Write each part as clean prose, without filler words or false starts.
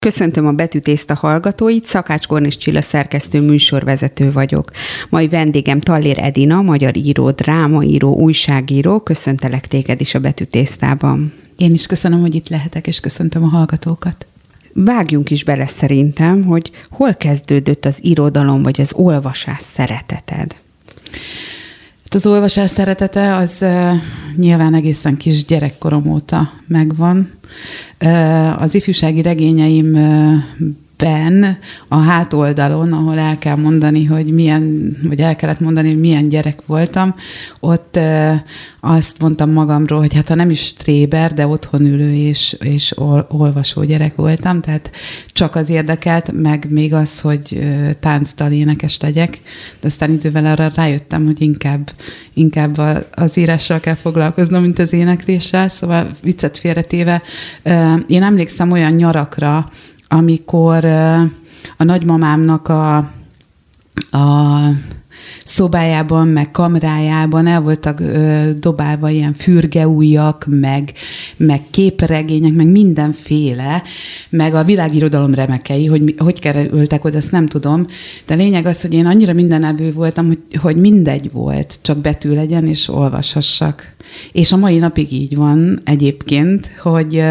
Köszöntöm a Betűtészta hallgatóit, Szakács Kornis Csilla szerkesztő, műsorvezető vagyok. Mai vendégem Tallér Edina, magyar író, drámaíró, újságíró. Köszöntelek téged is a Betűtésztában. Én is köszönöm, hogy itt lehetek, és köszöntöm a hallgatókat. Vágjunk is bele szerintem, hogy hol kezdődött az irodalom vagy az olvasás szereteted? Az olvasás szeretete az nyilván egészen kis gyerekkorom óta megvan. Az ifjúsági regényeimben a hátoldalon, ahol el kell mondani, hogy el kellett mondani, hogy milyen gyerek voltam, ott azt mondtam magamról, hogy hát ha nem is tréber, de otthon ülő és olvasó gyerek voltam, tehát csak az érdekelt, meg még az, hogy táncdal énekes legyek, de aztán idővel arra rájöttem, hogy inkább az írással kell foglalkoznom, mint az énekléssel, szóval viccet félretéve. Én emlékszem olyan nyarakra, amikor a nagymamámnak a szobájában, meg kamrájában el voltak dobálva ilyen fürgeujjak, meg képregények, meg mindenféle, meg a világirodalom remekei, hogy kerültek oda, azt nem tudom. De a lényeg az, hogy én annyira mindenevő voltam, hogy mindegy volt, csak betű legyen, és olvashassak. És a mai napig így van egyébként, hogy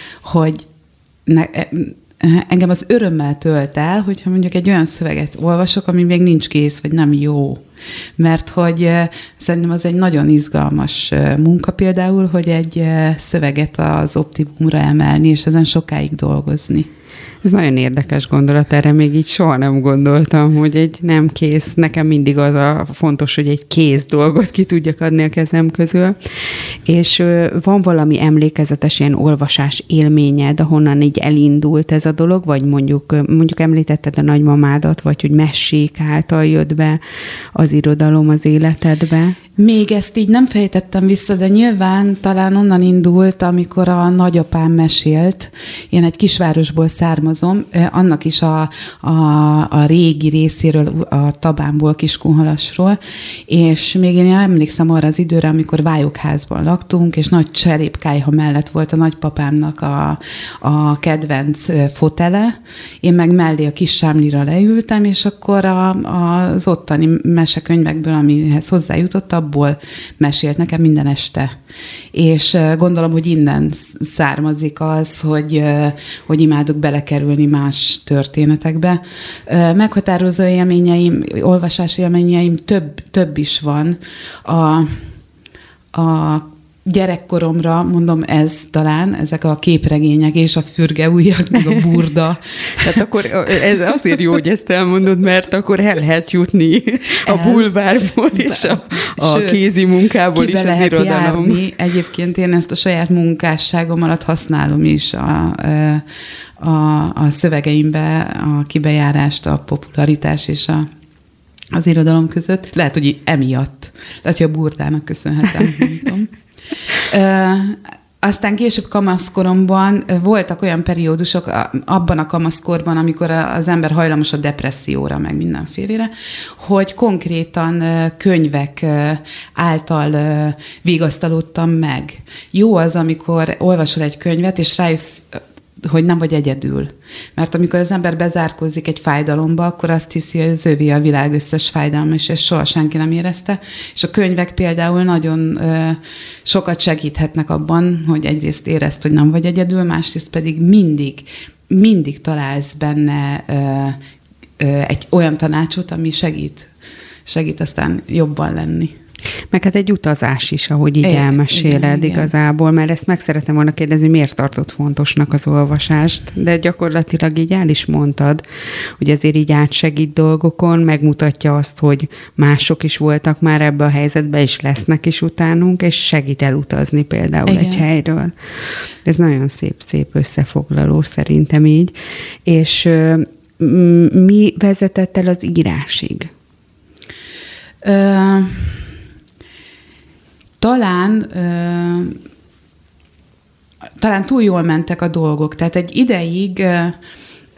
engem az örömmel tölt el, hogyha mondjuk egy olyan szöveget olvasok, ami még nincs kész, vagy nem jó. Mert hogy szerintem az egy nagyon izgalmas munka például, hogy egy szöveget az optimumra emelni, és ezen sokáig dolgozni. Ez nagyon érdekes gondolat, erre még így soha nem gondoltam, hogy egy nem kész, nekem mindig az a fontos, hogy egy kész dolgot ki tudjak adni a kezem közül. És van valami emlékezetes ilyen olvasás élményed, ahonnan így elindult ez a dolog, vagy mondjuk említetted a nagymamádat, vagy hogy mesék által jött be az irodalom az életedbe? Még ezt így nem fejtettem vissza, de nyilván talán onnan indult, amikor a nagyapám mesélt. Én egy kisvárosból származom, annak is a régi részéről, a Tabánból, Kiskunhalasról, és még én emlékszem arra az időre, amikor vályokházban laktunk, és nagy cserépkályha mellett volt a nagypapámnak a kedvenc fotele, én meg mellé a kis sámlira leültem, és akkor az ottani mesekönyvekből, amihez hozzájutott, abból mesélt nekem minden este. És gondolom, hogy innen származik az, hogy imádok belekerülni más történetekbe. Meghatározó élményeim, olvasási élményeim több is van. A gyerekkoromra, mondom, ezek a képregények és a fürgeujjak, meg a burda. Tehát akkor ez azért jó, hogy ezt elmondod, mert akkor el lehet jutni a bulvárból és a kézi munkából is az irodalom. Járni. Egyébként én ezt a saját munkásságom alatt használom is a szövegeimbe, a kibejárást, a popularitás és az irodalom között. Lehet, hogy emiatt. Lehet, hogy a burdának köszönhetem, nem tudom. Aztán később kamaszkoromban voltak olyan periódusok, abban a kamaszkorban, amikor az ember hajlamos a depresszióra, meg mindenfélére, hogy konkrétan könyvek által vigasztalódtam meg. Jó az, amikor olvasol egy könyvet, és rájössz, hogy nem vagy egyedül. Mert amikor az ember bezárkózik egy fájdalomba, akkor azt hiszi, hogy az övé a világ összes fájdalma, és ezt soha senki nem érezte. És a könyvek például nagyon sokat segíthetnek abban, hogy egyrészt érezd, hogy nem vagy egyedül, másrészt pedig mindig találsz benne egy olyan tanácsot, ami segít aztán jobban lenni. Meg hát egy utazás is, ahogy így elmeséled igazából, mert ezt meg szeretem volna kérdezni, miért tartott fontosnak az olvasást, de gyakorlatilag így el is mondtad, hogy azért így átsegít dolgokon, megmutatja azt, hogy mások is voltak már ebbe a helyzetbe, és lesznek is utánunk, és segít elutazni például egy helyről. Ez nagyon szép összefoglaló szerintem így. És mi vezetett el az írásig? Talán túl jól mentek a dolgok. Tehát egy ideig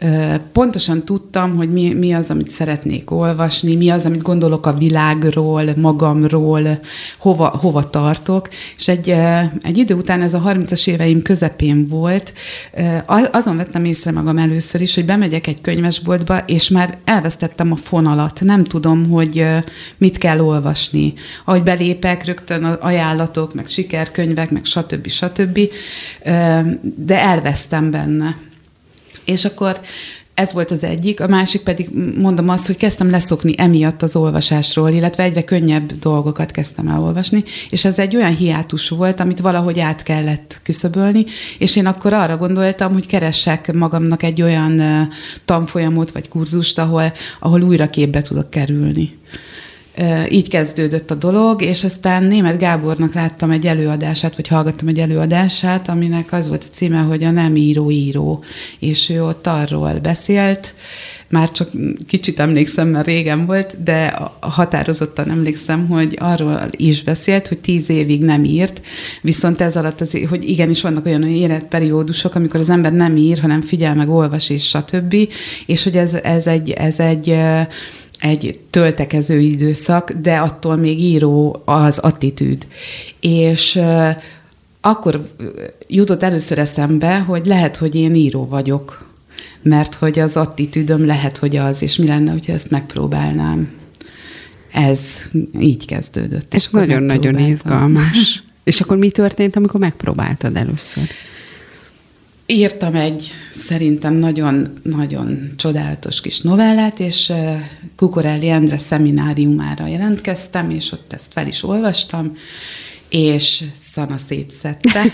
pontosan tudtam, hogy mi az, amit szeretnék olvasni, mi az, amit gondolok a világról, magamról, hova tartok, és egy idő után, ez a 30-as éveim közepén volt, azon vettem észre magam először is, hogy bemegyek egy könyvesboltba, és már elvesztettem a fonalat, nem tudom, hogy mit kell olvasni. Ahogy belépek, rögtön ajánlatok, meg sikerkönyvek, meg stb. De elvesztem benne. És akkor ez volt az egyik, a másik pedig mondom azt, hogy kezdtem leszokni emiatt az olvasásról, illetve egyre könnyebb dolgokat kezdtem el olvasni, és ez egy olyan hiátus volt, amit valahogy át kellett küszöbölni, és én akkor arra gondoltam, hogy keressek magamnak egy olyan tanfolyamot vagy kurzust, ahol újra képbe tudok kerülni. Így kezdődött a dolog, és aztán Németh Gábornak láttam egy előadását, vagy hallgattam egy előadását, aminek az volt a címe, hogy a nem író, és ő ott arról beszélt, már csak kicsit emlékszem, mert régen volt, de határozottan emlékszem, hogy arról is beszélt, hogy 10 évig nem írt, viszont ez alatt, hogy igenis vannak olyan életperiódusok, amikor az ember nem ír, hanem figyel meg, olvas és stb., és hogy ez egy töltekező időszak, de attól még író az attitűd. És akkor jutott először eszembe, hogy lehet, hogy én író vagyok, mert hogy az attitűdöm lehet, hogy az, és mi lenne, hogyha ezt megpróbálnám. Ez így kezdődött. És nagyon-nagyon izgalmas. És akkor mi történt, amikor megpróbáltad először? Írtam egy szerintem nagyon-nagyon csodálatos kis novellát, és Kukorelli Endre szemináriumára jelentkeztem, és ott ezt fel is olvastam, és szana szétszette.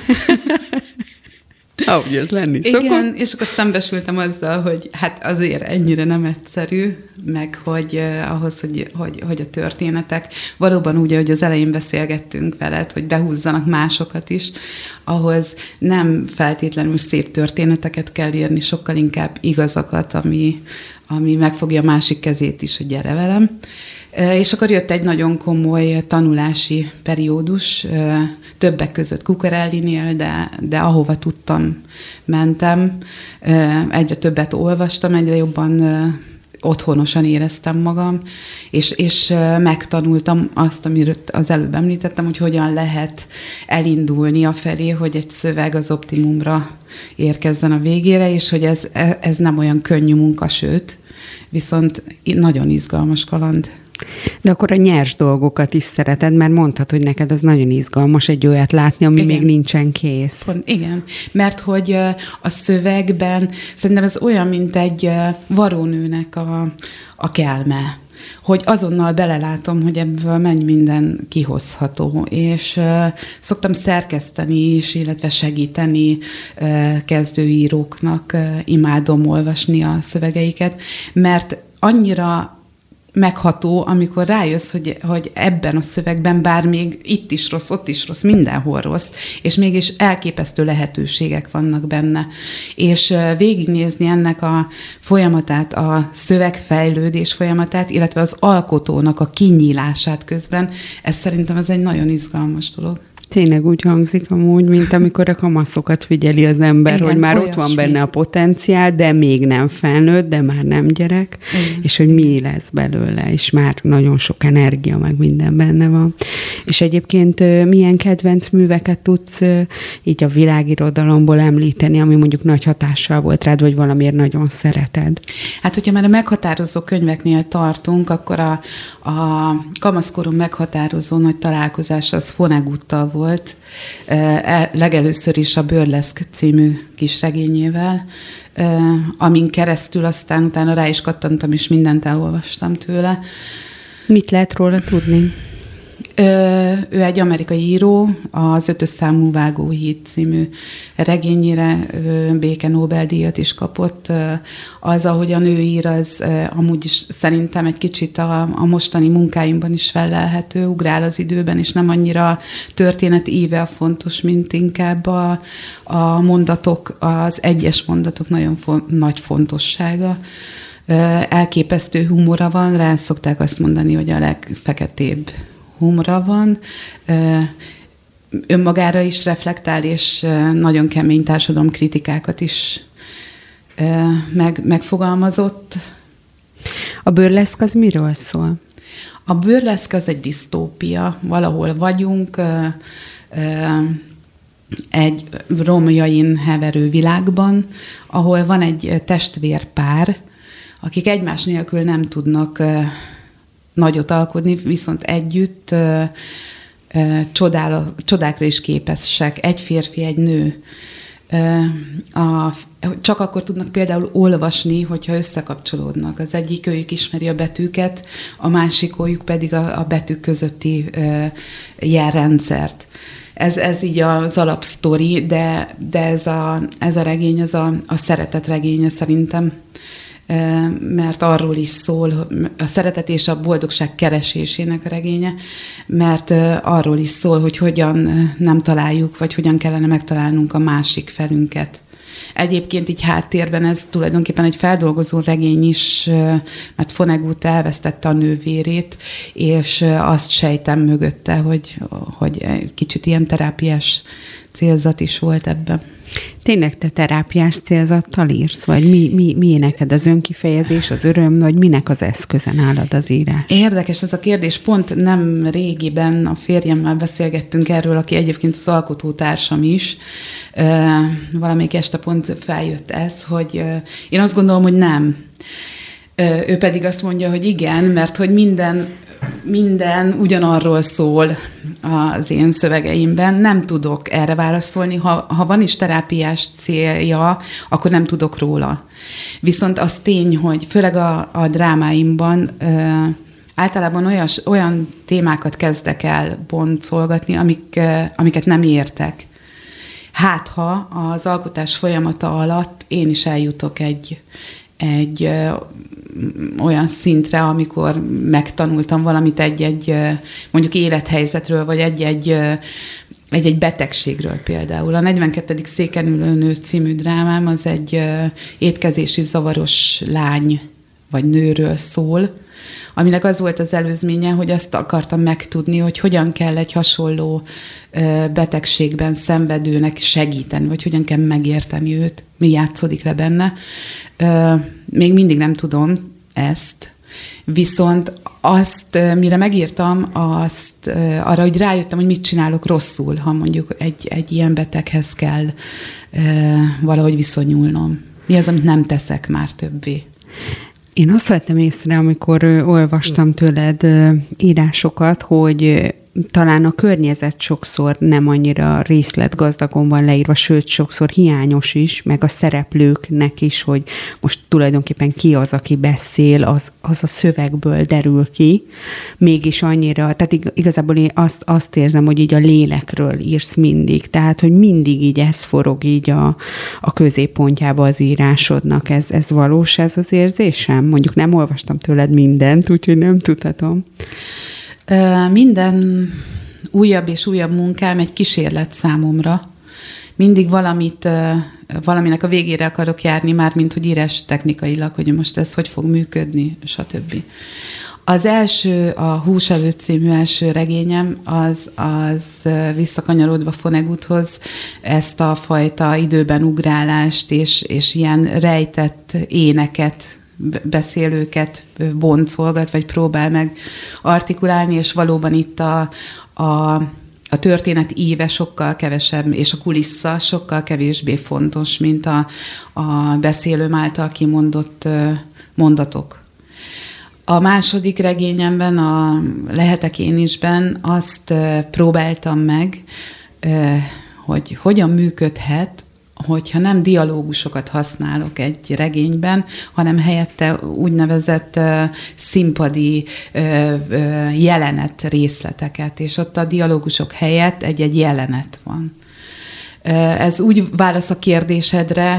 Ahogy ez lenni szokott. Igen, és akkor szembesültem azzal, hogy hát azért ennyire nem egyszerű, meg hogy ahhoz, hogy a történetek valóban úgy, ahogy az elején beszélgettünk veled, hogy behúzzanak másokat is, ahhoz nem feltétlenül szép történeteket kell írni, sokkal inkább igazakat, ami megfogja a másik kezét is, hogy gyere velem. És akkor jött egy nagyon komoly tanulási periódus, többek között Kukorellinél, de ahova tudtam, mentem. Egyre többet olvastam, egyre jobban otthonosan éreztem magam, és megtanultam azt, amiről az előbb említettem, hogy hogyan lehet elindulni afelé, hogy egy szöveg az optimumra érkezzen a végére, és hogy ez nem olyan könnyű munka, sőt, viszont nagyon izgalmas kaland. De akkor a nyers dolgokat is szereted, mert mondtad, hogy neked az nagyon izgalmas egy olyat látni, ami még nincsen kész. Igen, mert hogy a szövegben szerintem ez olyan, mint egy varónőnek a kelme, hogy azonnal belelátom, hogy ebből mennyi minden kihozható, és szoktam szerkeszteni is, illetve segíteni kezdőíróknak, imádom olvasni a szövegeiket, mert annyira megható, amikor rájössz, hogy ebben a szövegben bár még itt is rossz, ott is rossz, mindenhol rossz, és mégis elképesztő lehetőségek vannak benne. És végignézni ennek a folyamatát, a szövegfejlődés folyamatát, illetve az alkotónak a kinyílását közben, ez szerintem ez egy nagyon izgalmas dolog. Tényleg úgy hangzik amúgy, mint amikor a kamaszokat figyeli az ember, igen, hogy már olyasmi. Ott van benne a potenciál, de még nem felnőtt, de már nem gyerek, igen. És hogy mi lesz belőle, és már nagyon sok energia, meg minden benne van. És egyébként milyen kedvenc műveket tudsz így a világirodalomból említeni, ami mondjuk nagy hatással volt rád, vagy valamiért nagyon szereted? Hát, hogyha már a meghatározó könyveknél tartunk, akkor a kamaszkorom meghatározó nagy találkozás az Vonnegut-tal volt, legelőször is a Burleszk című kisregényével, amin keresztül aztán utána rá is kattantam, és mindent elolvastam tőle. Mit lehet róla tudni? Ő egy amerikai író, az 5. számú Vágóhíd című regényére béke Nobel-díjat is kapott. Az, ahogyan ő ír, az amúgy is szerintem egy kicsit a mostani munkáimban is fellelhető, ugrál az időben, és nem annyira történet íve a fontos, mint inkább a mondatok, az egyes mondatok nagyon nagy fontossága. Elképesztő humora van, rá szokták azt mondani, hogy a legfeketébb humora van, önmagára is reflektál, és nagyon kemény társadalomkritikákat is megfogalmazott. A burleszk az miről szól? A burleszk az egy disztópia. Valahol vagyunk, egy romjain heverő világban, ahol van egy testvérpár, akik egymás nélkül nem tudnak nagyot alkotni, viszont együtt csodákra is képesek. Egy férfi, egy nő. Csak akkor tudnak például olvasni, hogyha összekapcsolódnak. Az egyik őjük ismeri a betűket, a másikójuk pedig a betűk közötti jelrendszert. Ez így az alapsztori, de ez a regény, ez a szeretet regénye szerintem, mert arról is szól, a szeretet és a boldogság keresésének a regénye, mert arról is szól, hogy hogyan nem találjuk, vagy hogyan kellene megtalálnunk a másik felünket. Egyébként így háttérben ez tulajdonképpen egy feldolgozó regény is, mert Vonnegut elvesztette a nővérét, és azt sejtem mögötte, hogy kicsit ilyen terápiás célzat is volt ebben. Tényleg te terápiás célzattal írsz? Vagy mi neked az önkifejezés, az öröm, vagy minek az eszköze nálad az írás? Érdekes ez a kérdés. Pont nem régiben a férjemmel beszélgettünk erről, aki egyébként az alkotótársam is. Valamelyik este pont feljött ez, hogy én azt gondolom, hogy nem. Ő pedig azt mondja, hogy igen, mert hogy minden ugyanarról szól az én szövegeimben. Nem tudok erre válaszolni. Ha van is terápiás célja, akkor nem tudok róla. Viszont az tény, hogy főleg a drámáimban általában olyan témákat kezdek el boncolgatni, amiket nem értek. Hát, ha az alkotás folyamata alatt én is eljutok egy olyan szintre, amikor megtanultam valamit egy mondjuk élethelyzetről, vagy egy betegségről például. A 42. széken ülő nő című drámám az egy étkezési zavaros lány vagy nőről szól, aminek az volt az előzménye, hogy azt akartam megtudni, hogy hogyan kell egy hasonló betegségben szenvedőnek segíteni, vagy hogyan kell megérteni őt, mi játszódik le benne. Még mindig nem tudom ezt, viszont azt, mire megírtam, arra, hogy rájöttem, hogy mit csinálok rosszul, ha mondjuk egy ilyen beteghez kell valahogy viszonyulnom. Mi az, amit nem teszek már többé? Én azt vettem észre, amikor olvastam tőled írásokat, hogy talán a környezet sokszor nem annyira részletgazdagon van leírva, sőt, sokszor hiányos is, meg a szereplőknek is, hogy most tulajdonképpen ki az, aki beszél, az a szövegből derül ki. Mégis annyira, tehát igazából én azt érzem, hogy így a lélekről írsz mindig, tehát, hogy mindig így ez forog így a középpontjába az írásodnak. Ez valós, ez az érzésem? Mondjuk nem olvastam tőled mindent, úgyhogy nem tudhatom. Minden újabb és újabb munkám egy kísérlet számomra. Mindig valaminek a végére akarok járni, már mint hogy írás technikailag, hogy most ez hogy fog működni, stb. Az első, a Húsevő című első regényem, az visszakanyarodva Vonneguthoz ezt a fajta időben ugrálást és ilyen rejtett éneket, beszélőket boncolgat, vagy próbál meg artikulálni, és valóban itt a történet íve sokkal kevesebb, és a kulissza sokkal kevésbé fontos, mint a beszélőm által kimondott mondatok. A második regényemben, a Lehetek én isben azt próbáltam meg, hogy hogyan működhet, hogyha nem dialógusokat használok egy regényben, hanem helyette úgynevezett színpadi jelenet részleteket, és ott a dialógusok helyett egy jelenet van. Ez úgy válasz a kérdésedre,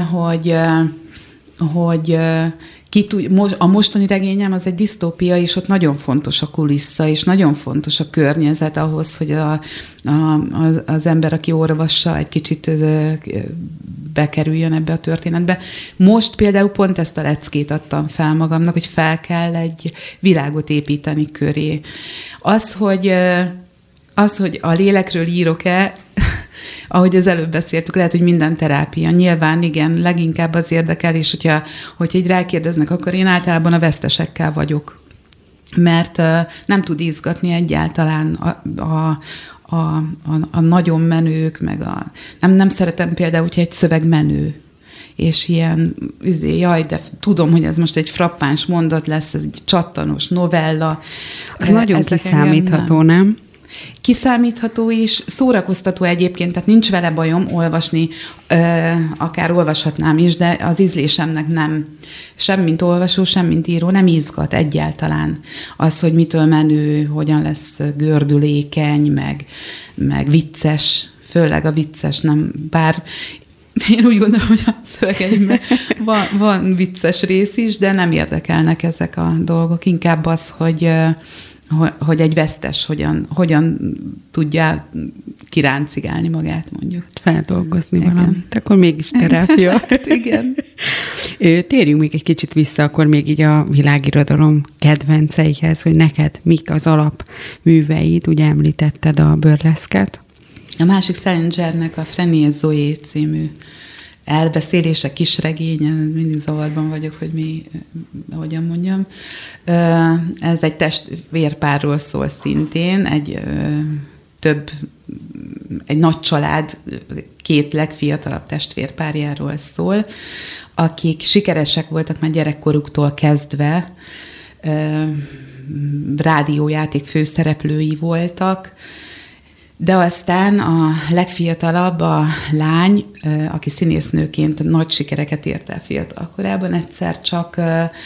hogy a mostani regényem az egy disztópia, és ott nagyon fontos a kulissza, és nagyon fontos a környezet ahhoz, hogy az ember, aki olvassa, egy kicsit bekerüljön ebbe a történetbe. Most például pont ezt a leckét adtam fel magamnak, hogy fel kell egy világot építeni köré. Az, hogy a lélekről írok-e, ahogy az előbb beszéltük, lehet, hogy minden terápia. Nyilván igen, leginkább az érdekel, és hogyha így rákérdeznek, akkor én általában a vesztesekkel vagyok. Mert nem tud izgatni egyáltalán a nagyon menők, meg nem szeretem például, hogyha egy szöveg menő, és ilyen, jaj, de tudom, hogy ez most egy frappáns mondat lesz, ez egy csattanós novella. Az nagyon kiszámítható, nem? Kiszámítható is, szórakoztató egyébként, tehát nincs vele bajom olvasni, akár olvashatnám is, de az ízlésemnek nem. Sem mint olvasó, sem mint író nem izgat egyáltalán. Az, hogy mitől menő, hogyan lesz gördülékeny, meg vicces, főleg a vicces, nem, bár én úgy gondolom, hogy a szövegeimben van vicces rész is, de nem érdekelnek ezek a dolgok. Inkább az, hogy egy vesztes hogyan tudja kiráncigálni magát, mondjuk. Feldolgozni valamit. Akkor mégis terápia. Hát, igen. Térjünk még egy kicsit vissza, akkor még így a világirodalom kedvenceihez, hogy neked mik az alapműveid, ugye említetted a burleszket. A másik Salingernek a Franny és Zoé című elbeszélése, kisregény, mindig zavarban vagyok, hogy hogyan mondjam. Ez egy testvérpárról szól szintén, egy nagy család két legfiatalabb testvérpárjáról szól, akik sikeresek voltak már gyerekkoruktól kezdve, rádiójáték főszereplői voltak, de aztán a legfiatalabb, a lány, aki színésznőként nagy sikereket ért el fiatal korában, egyszer csak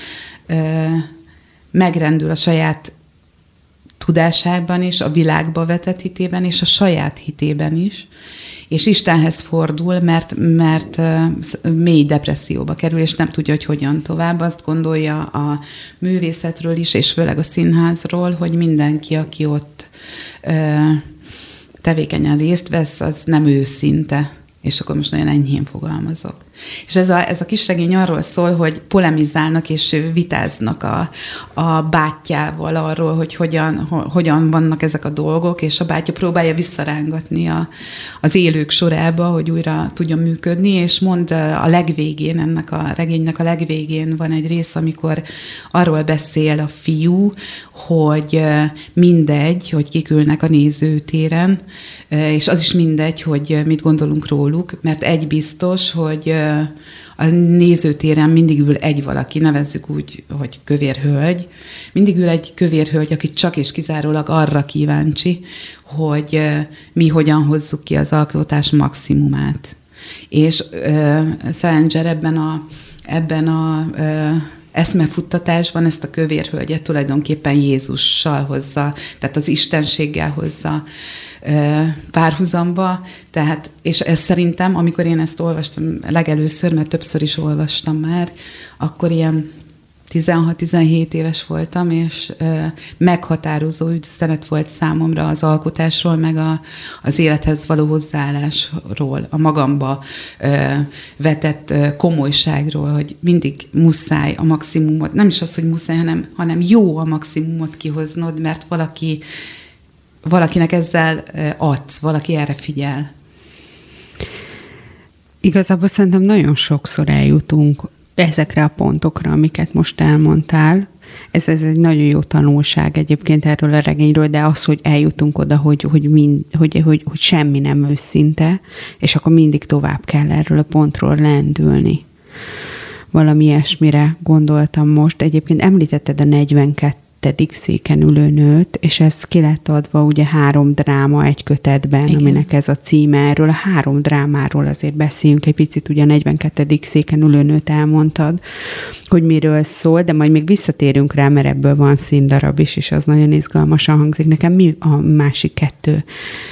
megrendül a saját tudásában is, a világba vetett hitében és a saját hitében is, és Istenhez fordul, mert mély depresszióba kerül, és nem tudja, hogy hogyan tovább. Azt gondolja a művészetről is, és főleg a színházról, hogy mindenki, aki ott tevékenyen részt vesz, az nem őszinte. És akkor most nagyon enyhén fogalmazok. És ez a kisregény arról szól, hogy polemizálnak és vitáznak a bátyjával arról, hogy hogyan vannak ezek a dolgok, és a bátya próbálja visszarángatni az élők sorába, hogy újra tudjon működni, és mond a legvégén, ennek a regénynek a legvégén van egy rész, amikor arról beszél a fiú, hogy mindegy, hogy kik ülnek a nézőtéren, és az is mindegy, hogy mit gondolunk róluk, mert egy biztos, hogy a nézőtéren mindig ül egy valaki, nevezzük úgy, hogy kövér hölgy. Mindig ül egy kövér hölgy, aki csak és kizárólag arra kíváncsi, hogy mi hogyan hozzuk ki az alkotás maximumát. És Salinger ebben a eszmefuttatásban ezt a kövér hölgyet tulajdonképpen Jézussal hozza, tehát az istenséggel hozza párhuzamba, tehát, és ez szerintem, amikor én ezt olvastam legelőször, mert többször is olvastam már, akkor ilyen 16-17 éves voltam, és meghatározó üzenet volt számomra az alkotásról, meg az élethez való hozzáállásról, a magamba vetett komolyságról, hogy mindig muszáj a maximumot, nem is az, hogy muszáj, hanem jó a maximumot kihoznod, mert valakinek ezzel adsz, valaki erre figyel. Igazából szerintem nagyon sokszor eljutunk ezekre a pontokra, amiket most elmondtál. Ez egy nagyon jó tanulság egyébként erről a regényről, de az, hogy eljutunk oda, hogy semmi nem őszinte, és akkor mindig tovább kell erről a pontról lendülni. Valami ilyesmire gondoltam most. Egyébként említetted a 42. széken ülő nőt, és ez ki lett adva ugye 3 dráma egy kötetben, igen, aminek ez a címe. Erről a 3 drámáról azért beszéljünk egy picit, ugye a 42. széken ülő nőt elmondtad, hogy miről szól, de majd még visszatérünk rá, mert ebből van színdarab is, és az nagyon izgalmasan hangzik. Nekem mi a másik 2?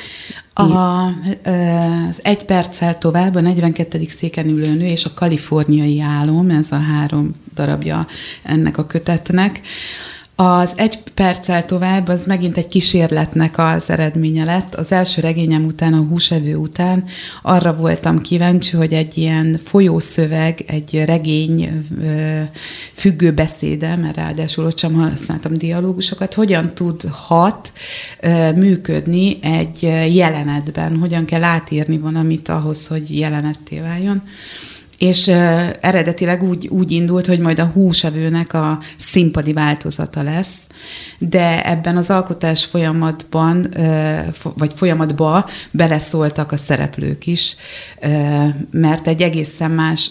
Az 1 perccel tovább, a 42. széken ülő nő és a kaliforniai álom, ez a 3 darabja ennek a kötetnek. Az 1 perccel tovább, az megint egy kísérletnek az eredménye lett. Az első regényem után, a Húsevő után arra voltam kíváncsi, hogy egy ilyen folyószöveg, egy regény függő beszéde, mert ráadásul ott sem használtam dialógusokat, hogyan tudhat működni egy jelenetben, hogyan kell átírni valamit ahhoz, hogy jelenetté váljon. És eredetileg úgy indult, hogy majd a Húsevőnek a színpadi változata lesz, de ebben az alkotás folyamatban, vagy folyamatba beleszóltak a szereplők is, mert egy egészen más,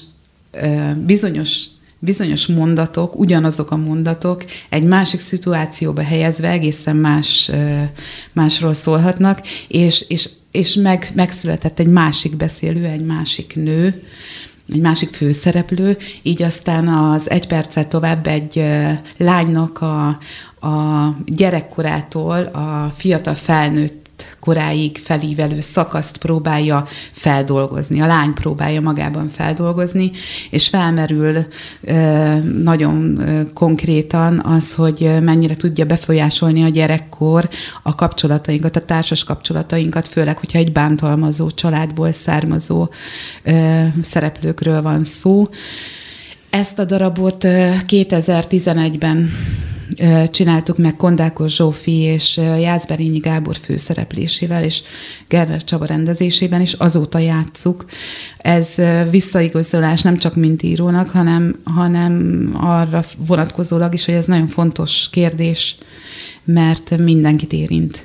bizonyos mondatok, ugyanazok a mondatok egy másik szituációba helyezve egészen másról szólhatnak, és megszületett egy másik beszélő, egy másik nő, egy másik főszereplő, így aztán az 1 perccel tovább egy lánynak a gyerekkorától a fiatal felnőtt koráig felívelő szakaszt próbálja feldolgozni. A lány próbálja magában feldolgozni, és felmerül nagyon konkrétan az, hogy mennyire tudja befolyásolni a gyerekkor a kapcsolatainkat, a társas kapcsolatainkat, főleg, hogyha egy bántalmazó családból származó szereplőkről van szó. Ezt a darabot 2011-ben csináltuk meg Kondákos Zsófi és Jászberényi Gábor főszereplésével, és Gerler Csaba rendezésében, és azóta játsszuk. Ez visszaigazolás nem csak mint írónak, hanem arra vonatkozólag is, hogy ez nagyon fontos kérdés, mert mindenkit érint.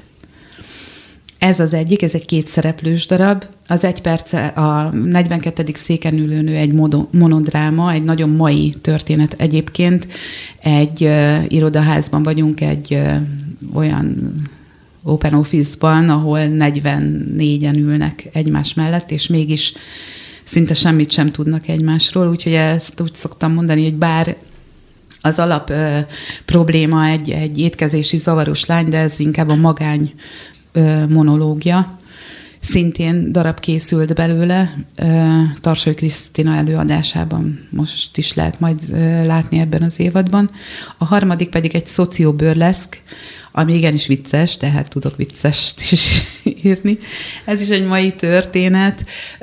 Ez az egyik, ez egy 2 szereplős darab. Az 1 perc, a 42. széken ülő nő egy monodráma, egy nagyon mai történet egyébként. Egy irodaházban vagyunk, egy olyan open office-ban, ahol 44-en ülnek egymás mellett, és mégis szinte semmit sem tudnak egymásról, úgyhogy ezt úgy szoktam mondani, hogy bár az alap probléma egy étkezési zavaros lány, de ez inkább a magány monológia. Szintén darab készült belőle, Tarsoly Krisztina előadásában most is lehet majd látni ebben az évadban. A harmadik pedig egy szociobörleszk, ami igenis vicces, tehát tudok viccest is írni. Ez is egy mai történet.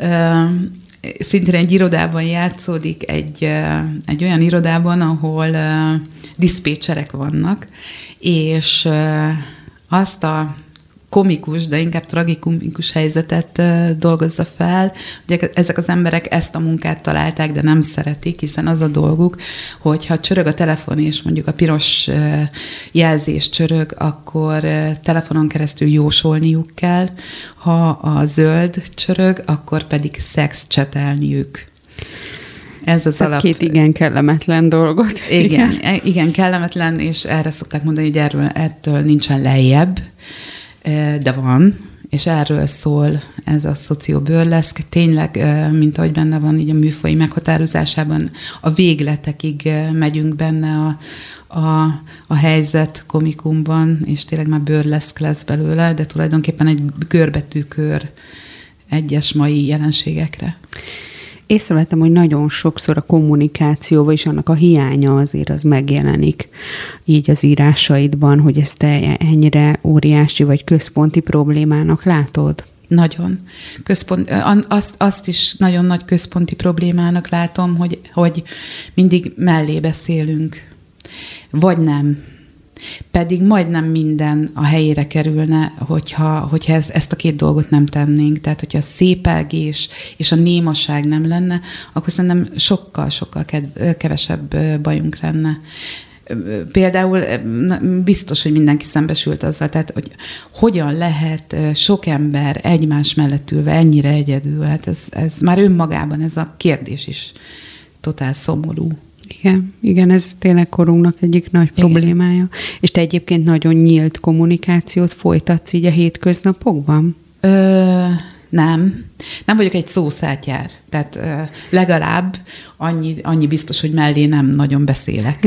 Szintén egy irodában játszódik, egy olyan irodában, ahol diszpécserek vannak, és azt a komikus, de inkább tragikomikus helyzetet dolgozza fel. Ugye ezek az emberek ezt a munkát találták, de nem szeretik, hiszen az a dolguk, hogyha csörög a telefon, és mondjuk a piros jelzés csörög, akkor telefonon keresztül jósolniuk kell, ha a zöld csörög, akkor pedig szex csetelniük. Ez az alap. 2 igen kellemetlen dolgot. Igen, kellemetlen, és erre szokták mondani, hogy ettől nincsen lejjebb, de van, és erről szól ez a szociobörleszk. Tényleg, mint ahogy benne van így a műfaji meghatározásában, a végletekig megyünk benne a helyzet komikumban, és tényleg már bőrleszk lesz belőle, de tulajdonképpen egy görbetűkör egyes mai jelenségekre. Észrevettem, hogy nagyon sokszor a kommunikációban is annak a hiánya azért az megjelenik így az írásaidban, hogy ezt te ennyire óriási vagy központi problémának látod? Nagyon. Azt is nagyon nagy központi problémának látom, hogy mindig mellé beszélünk. Vagy nem. Pedig majdnem minden a helyére kerülne, hogyha ezt a 2 dolgot nem tennénk. Tehát, hogyha a szépelgés és a némaság nem lenne, akkor szerintem sokkal kevesebb bajunk lenne. Például biztos, hogy mindenki szembesült azzal, tehát, hogy hogyan lehet sok ember egymás mellett ülve ennyire egyedül. Hát ez már önmagában ez a kérdés is totál szomorú. Igen, ez tényleg korunknak egyik nagy problémája. És te egyébként nagyon nyílt kommunikációt folytatsz így a hétköznapokban? Nem. Nem vagyok egy szószátyár. Tehát legalább annyi biztos, hogy mellé nem nagyon beszélek.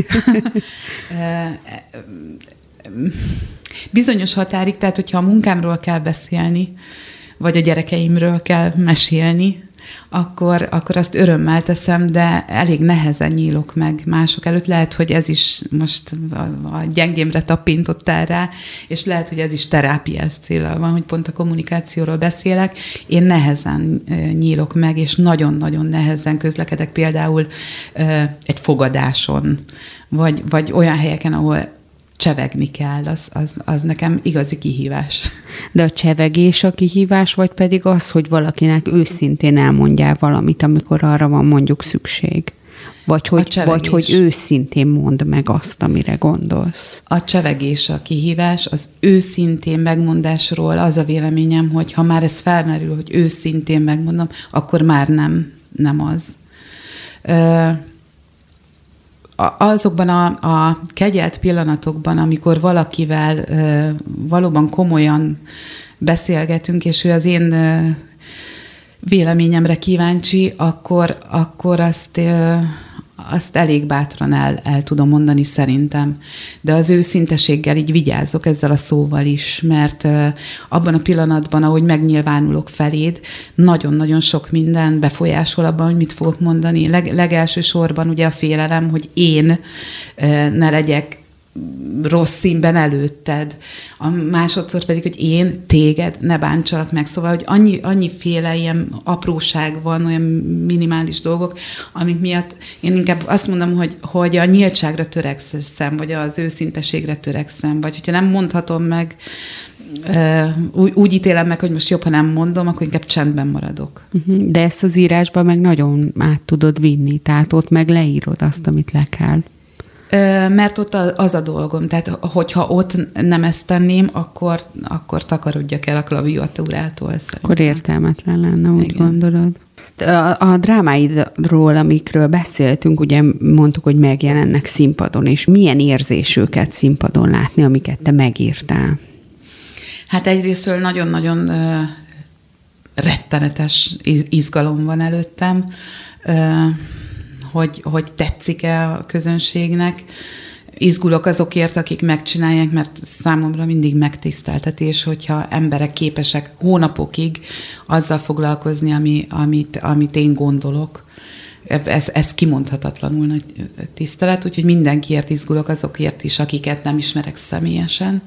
Bizonyos határig, tehát hogyha a munkámról kell beszélni, vagy a gyerekeimről kell mesélni, akkor azt örömmel teszem, de elég nehezen nyílok meg mások előtt. Lehet, hogy ez is most a gyengémre tapintottál rá, és lehet, hogy ez is terápiás célral van, hogy pont a kommunikációról beszélek. Én nehezen nyílok meg, és nagyon-nagyon nehezen közlekedek például egy fogadáson, vagy olyan helyeken, ahol csevegni kell, az nekem igazi kihívás. De a csevegés a kihívás, vagy pedig az, hogy valakinek őszintén elmondjál valamit, amikor arra van mondjuk szükség? Vagy hogy őszintén mondd meg azt, amire gondolsz? A csevegés a kihívás, az őszintén megmondásról az a véleményem, hogy ha már ez felmerül, hogy őszintén megmondom, akkor már nem az. Azokban a kegyelt pillanatokban, amikor valakivel valóban komolyan beszélgetünk, és ő az én véleményemre kíváncsi, akkor azt elég bátran el tudom mondani szerintem. De az őszinteséggel így vigyázok ezzel a szóval is, mert abban a pillanatban, ahogy megnyilvánulok feléd, nagyon-nagyon sok minden befolyásol abban, hogy mit fogok mondani. Legelső sorban ugye a félelem, hogy én ne legyek rossz színben előtted. A másodszor pedig, hogy én téged ne bántsalak meg. Szóval, hogy annyiféle ilyen apróság van, olyan minimális dolgok, amik miatt én inkább azt mondom, hogy a nyíltságra törekszem, vagy az őszinteségre törekszem, vagy hogyha nem mondhatom meg, úgy ítélem meg, hogy most jobb, ha nem mondom, akkor inkább csendben maradok. De ezt az írásban meg nagyon át tudod vinni, tehát ott meg leírod azt, amit le kell. Mert ott az a dolgom, tehát hogyha ott nem ezt tenném, akkor takarodjak el a klaviatúrától. Szerintem. Akkor értelmetlen lenne, úgy igen. Gondolod. A drámáidról, amikről beszéltünk, ugye mondtuk, hogy megjelennek színpadon, és milyen érzés őket színpadon látni, amiket te megírtál? Hát egyrésztől nagyon-nagyon rettenetes izgalom van előttem, hogy tetszik-e a közönségnek. Izgulok azokért, akik megcsinálják, mert számomra mindig megtiszteltetés, hogyha emberek képesek hónapokig azzal foglalkozni, amit én gondolok. Ez kimondhatatlanul nagy tisztelet, úgyhogy mindenkiért izgulok, azokért is, akiket nem ismerek személyesen.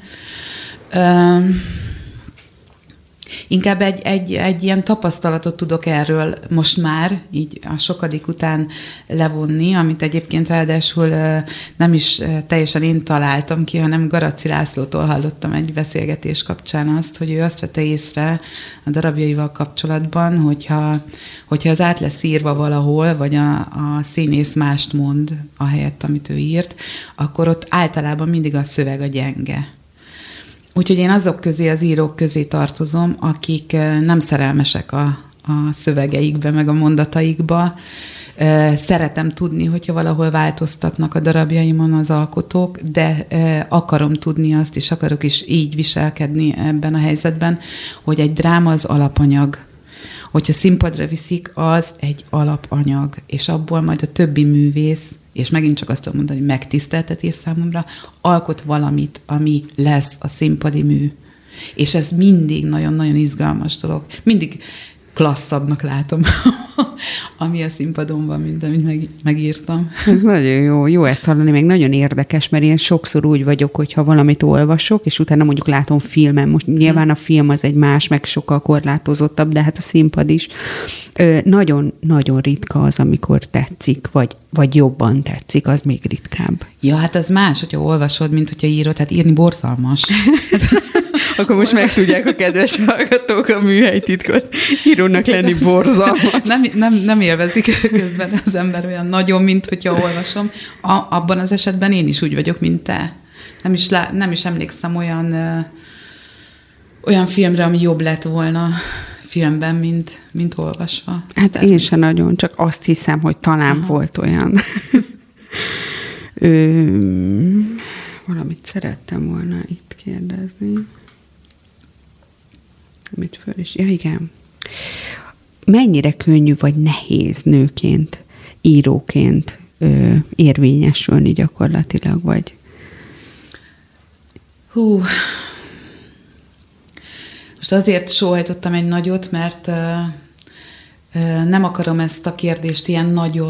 Inkább egy ilyen tapasztalatot tudok erről most már, így a sokadik után levonni, amit egyébként ráadásul nem is teljesen én találtam ki, hanem Garaci Lászlótól hallottam egy beszélgetés kapcsán azt, hogy ő azt vette észre a darabjaival kapcsolatban, hogyha az át lesz írva valahol, vagy a színész mást mond ahelyett, amit ő írt, akkor ott általában mindig a szöveg a gyenge. Úgyhogy én azok közé, az írók közé tartozom, akik nem szerelmesek a szövegeikbe, meg a mondataikba. Szeretem tudni, hogyha valahol változtatnak a darabjaimon az alkotók, de akarom tudni azt, és akarok is így viselkedni ebben a helyzetben, hogy egy dráma az alapanyag. Hogyha színpadra viszik, az egy alapanyag, és abból majd a többi művész, és megint csak azt tudom mondani, hogy megtiszteltetés számomra, alkot valamit, ami lesz a színpadi mű. És ez mindig nagyon-nagyon izgalmas dolog. Mindig klasszabbnak látom, ami a színpadon van, mint amit megírtam. Ez nagyon jó. Jó ezt hallani, meg nagyon érdekes, mert én sokszor úgy vagyok, hogyha valamit olvasok, és utána mondjuk látom filmen. Most nyilván a film az egy más, meg sokkal korlátozottabb, de hát a színpad is. Nagyon-nagyon ritka az, amikor tetszik, vagy jobban tetszik, az még ritkább. Ja, hát az más, hogyha olvasod, mint hogyha írod, hát írni borzalmas. Akkor most megtudják a kedves hallgatók a műhelytitkot. Írónak lenni borzalmas. Nem élvezik közben az ember olyan nagyon, mint hogyha olvasom. Abban az esetben én is úgy vagyok, mint te. Nem is emlékszem olyan filmre, ami jobb lett volna filmben, mint olvasva. Hát én sem nagyon, csak azt hiszem, hogy talán volt olyan. Valamit szerettem volna itt kérdezni. Amit föl is... Ja, igen. Mennyire könnyű vagy nehéz nőként, íróként érvényesülni gyakorlatilag, vagy? Hú... Most azért sóhajtottam egy nagyot, mert Nem akarom ezt a kérdést ilyen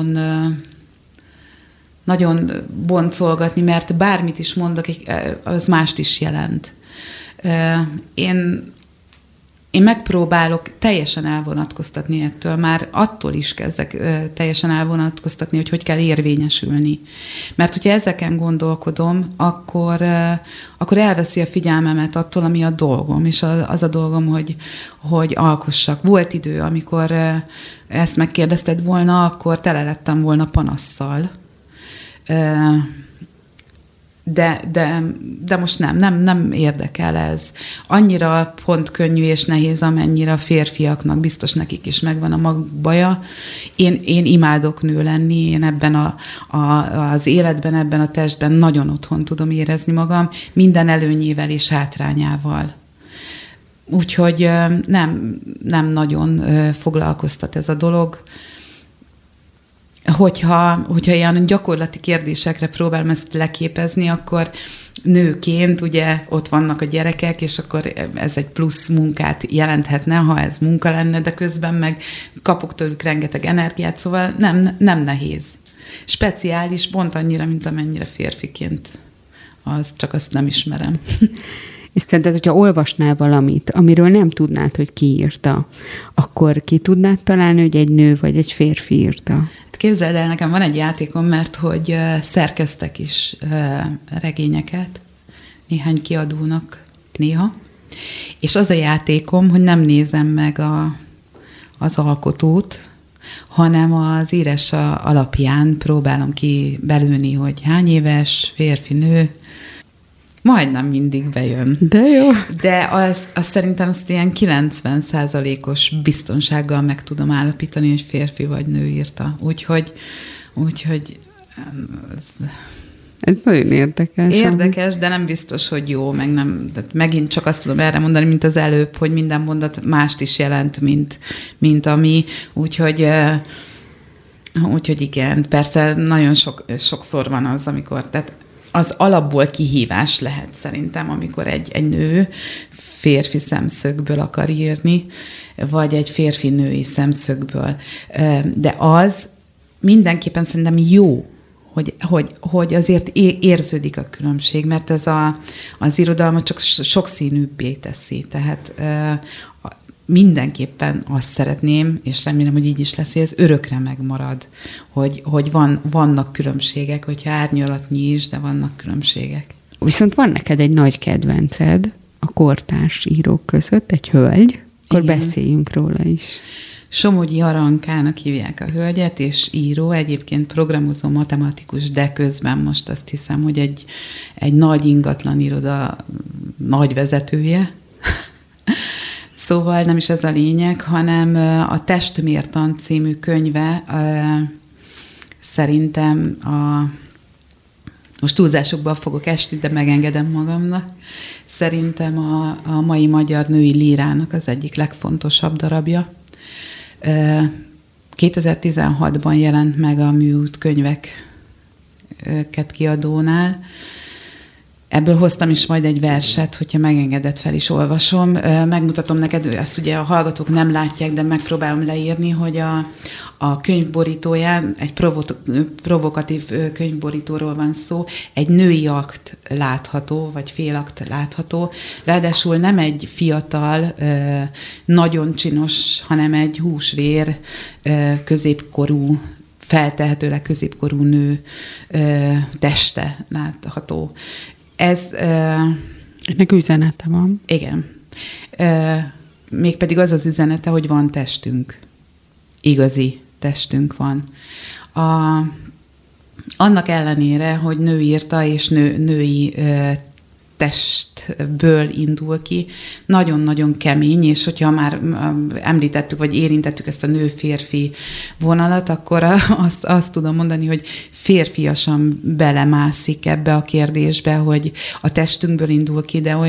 nagyon boncolgatni, mert bármit is mondok, az mást is jelent. Én megpróbálok teljesen elvonatkoztatni ettől, már attól is kezdek teljesen elvonatkoztatni, hogy kell érvényesülni. Mert hogyha ezeken gondolkodom, akkor elveszi a figyelmemet attól, ami a dolgom, és az a dolgom, hogy alkossak. Volt idő, amikor ezt megkérdezted volna, akkor tele lettem volna panasszal. De most nem érdekel ez. Annyira pont könnyű és nehéz, amennyire a férfiaknak, biztos nekik is megvan a maguk baja. Én imádok nő lenni, én ebben az életben, ebben a testben nagyon otthon tudom érezni magam, minden előnyével és hátrányával. Úgyhogy nem nagyon foglalkoztat ez a dolog. Hogyha ilyen gyakorlati kérdésekre próbálom ezt leképezni, akkor nőként ugye ott vannak a gyerekek, és akkor ez egy plusz munkát jelenthetne, ha ez munka lenne, de közben meg kapok tőlük rengeteg energiát, szóval nem nehéz. Speciális, pont annyira, mint amennyire férfiként. Csak azt nem ismerem. És szerinted, hogyha olvasnál valamit, amiről nem tudnád, hogy ki írta, akkor ki tudnád találni, hogy egy nő vagy egy férfi írta? Képzeld el, nekem van egy játékom, mert hogy szerkeztek is regényeket, néhány kiadónak néha, és az a játékom, hogy nem nézem meg az alkotót, hanem az írása alapján próbálom ki belőni, hogy hány éves, férfi, nő, majdnem mindig bejön. De jó. De azt szerintem azt ilyen 90%-os biztonsággal meg tudom állapítani, hogy férfi vagy nő írta. Úgyhogy ez nagyon érdekes. Érdekes, de nem biztos, hogy jó, meg nem. Megint csak azt tudom erre mondani, mint az előbb, hogy minden mondat mást is jelent, mint ami. Úgyhogy igen, persze nagyon sokszor van az, amikor, tehát az alapból kihívás lehet szerintem, amikor egy nő férfi szemszögből akar írni, vagy egy férfi-női szemszögből. De az mindenképpen szerintem jó, hogy azért érződik a különbség, mert ez az irodalmat csak sokszínűbbé teszi. Tehát mindenképpen azt szeretném, és remélem, hogy így is lesz, hogy ez örökre megmarad, hogy vannak különbségek, hogyha árnyalatnyi is, de vannak különbségek. Viszont van neked egy nagy kedvenced a kortárs írók között, egy hölgy, akkor igen. Beszéljünk róla is. Somogyi Arankának hívják a hölgyet, és író, egyébként programozó matematikus, de közben most azt hiszem, hogy egy nagy ingatlan iroda nagy vezetője. Szóval nem is ez a lényeg, hanem a Testmértan című könyve szerintem most túlzásokban fogok esni, de megengedem magamnak. Szerintem a mai magyar női lírának az egyik legfontosabb darabja. 2016-ban jelent meg a Műút könyveket kiadónál. Ebből hoztam is majd egy verset, hogyha megengedett, fel is olvasom. Megmutatom neked, ezt ugye a hallgatók nem látják, de megpróbálom leírni, hogy a könyvborítóján, egy provokatív könyvborítóról van szó, egy női akt látható, vagy félakt látható, ráadásul nem egy fiatal, nagyon csinos, hanem egy húsvér, középkorú, feltehetőleg középkorú nő teste látható. Ennek üzenete van. Igen. Mégpedig az üzenete, hogy van testünk. Igazi testünk van. Annak ellenére, hogy nő írta, és női testből indul ki, nagyon-nagyon kemény, és hogyha már említettük, vagy érintettük ezt a nő-férfi vonalat, akkor azt tudom mondani, hogy férfiasan belemászik ebbe a kérdésbe, hogy a testünkből indul ki, de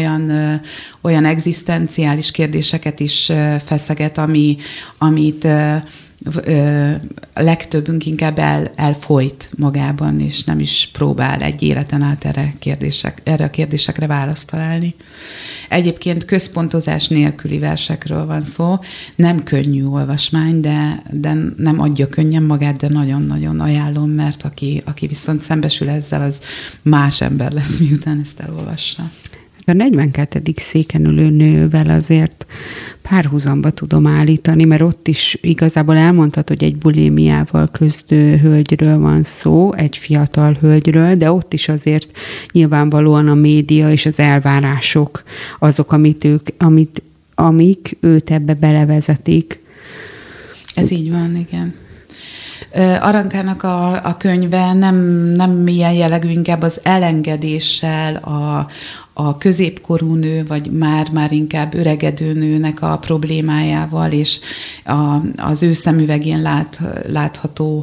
olyan egzisztenciális kérdéseket is feszeget, amit a legtöbbünk inkább elfolyt magában, és nem is próbál egy életen át erre a kérdésekre választ találni. Egyébként központozás nélküli versekről van szó, nem könnyű olvasmány, de nem adja könnyen magát, de nagyon-nagyon ajánlom, mert aki viszont szembesül ezzel, az más ember lesz, miután ezt elolvassa. A 42. széken ülő nővel azért párhuzamba tudom állítani, mert ott is igazából elmondtad, hogy egy bulémiával küzdő hölgyről van szó, egy fiatal hölgyről, de ott is azért nyilvánvalóan a média és az elvárások azok, amik őt ebbe belevezetik. Ez így van, igen. Arankának a könyve nem ilyen jellegű, inkább az elengedéssel, a középkorú nő, vagy már inkább öregedő nőnek a problémájával, és az ő szemüvegén látható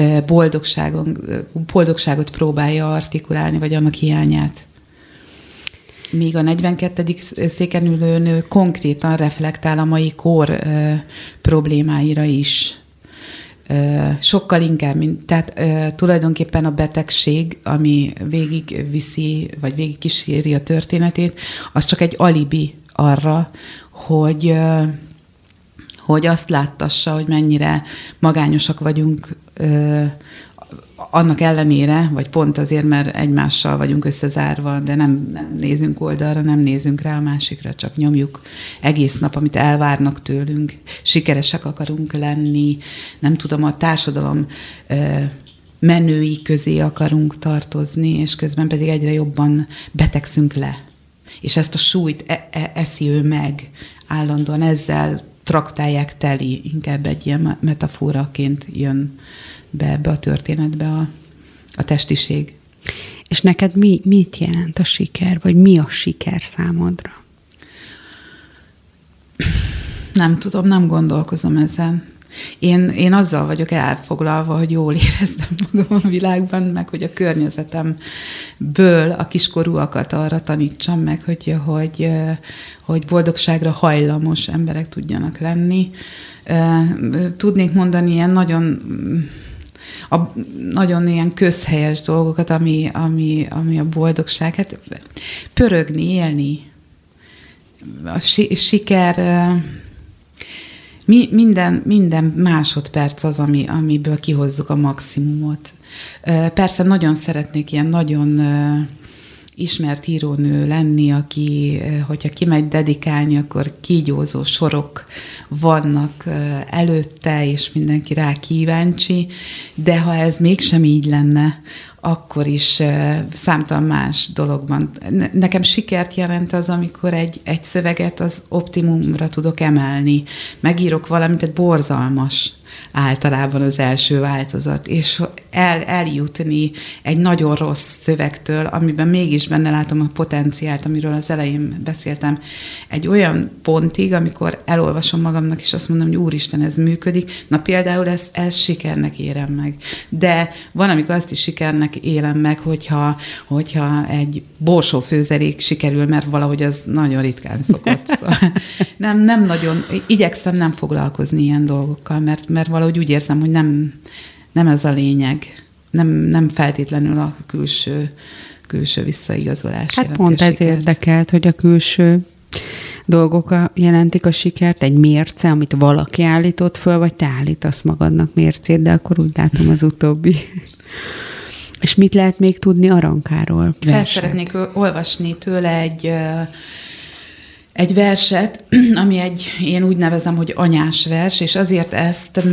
boldogságot próbálja artikulálni, vagy annak hiányát. Míg a 42. széken ülő nő konkrétan reflektál a mai kor problémáira is. Sokkal inkább, tehát tulajdonképpen a betegség, ami végigviszi, vagy végig kíséri a történetét, az csak egy alibi arra, hogy azt láttassa, hogy mennyire magányosak vagyunk annak ellenére, vagy pont azért, mert egymással vagyunk összezárva, de nem nézünk oldalra, nem nézünk rá a másikra, csak nyomjuk egész nap, amit elvárnak tőlünk. Sikeresek akarunk lenni, nem tudom, a társadalom menői közé akarunk tartozni, és közben pedig egyre jobban betegszünk le. És ezt a súlyt eszi ő meg állandóan, ezzel traktálják teli, inkább egy ilyen metaforaként jön be ebbe a történetbe a testiség. És neked mit jelent a siker, vagy mi a siker számodra? Nem tudom, nem gondolkozom ezen. Én azzal vagyok elfoglalva, hogy jól érezzem magam a világban, meg hogy a környezetemből a kiskorúakat arra tanítsam meg, hogy boldogságra hajlamos emberek tudjanak lenni. Tudnék mondani ilyen nagyon ilyen közhelyes dolgokat, ami a boldogság. Hát pörögni, élni. A siker, minden másodperc az, amiből kihozzuk a maximumot. Persze nagyon szeretnék ilyen nagyon ismert írónő lenni, aki, hogyha kimegy dedikálni, akkor kígyózó sorok vannak előtte, és mindenki rá kíváncsi, de ha ez mégsem így lenne, akkor is számtalan más dologban. Nekem sikert jelent az, amikor egy szöveget az optimumra tudok emelni. Megírok valamit, egy borzalmas általában az első változat, és eljutni egy nagyon rossz szövegtől, amiben mégis benne látom a potenciált, amiről az elején beszéltem, egy olyan pontig, amikor elolvasom magamnak, és azt mondom, hogy úristen, ez működik. Na például ezt sikernek érem meg. De van, amikor azt is sikernek élem meg, hogyha egy borsófőzelék sikerül, mert valahogy az nagyon ritkán szokott. Szóval nem nagyon, igyekszem nem foglalkozni ilyen dolgokkal, mert valahogy úgy érzem, hogy nem ez a lényeg. Nem feltétlenül a külső visszaigazolás. Hát pont ez érdekelt, hogy a külső dolgok jelentik a sikert, egy mérce, amit valaki állított föl, vagy te állítasz magadnak mércét, de akkor úgy látom az utóbbi. És mit lehet még tudni Arankáról? Fel szeretnék olvasni tőle egy verset, ami én úgy nevezem, hogy anyás vers, és azért ezt,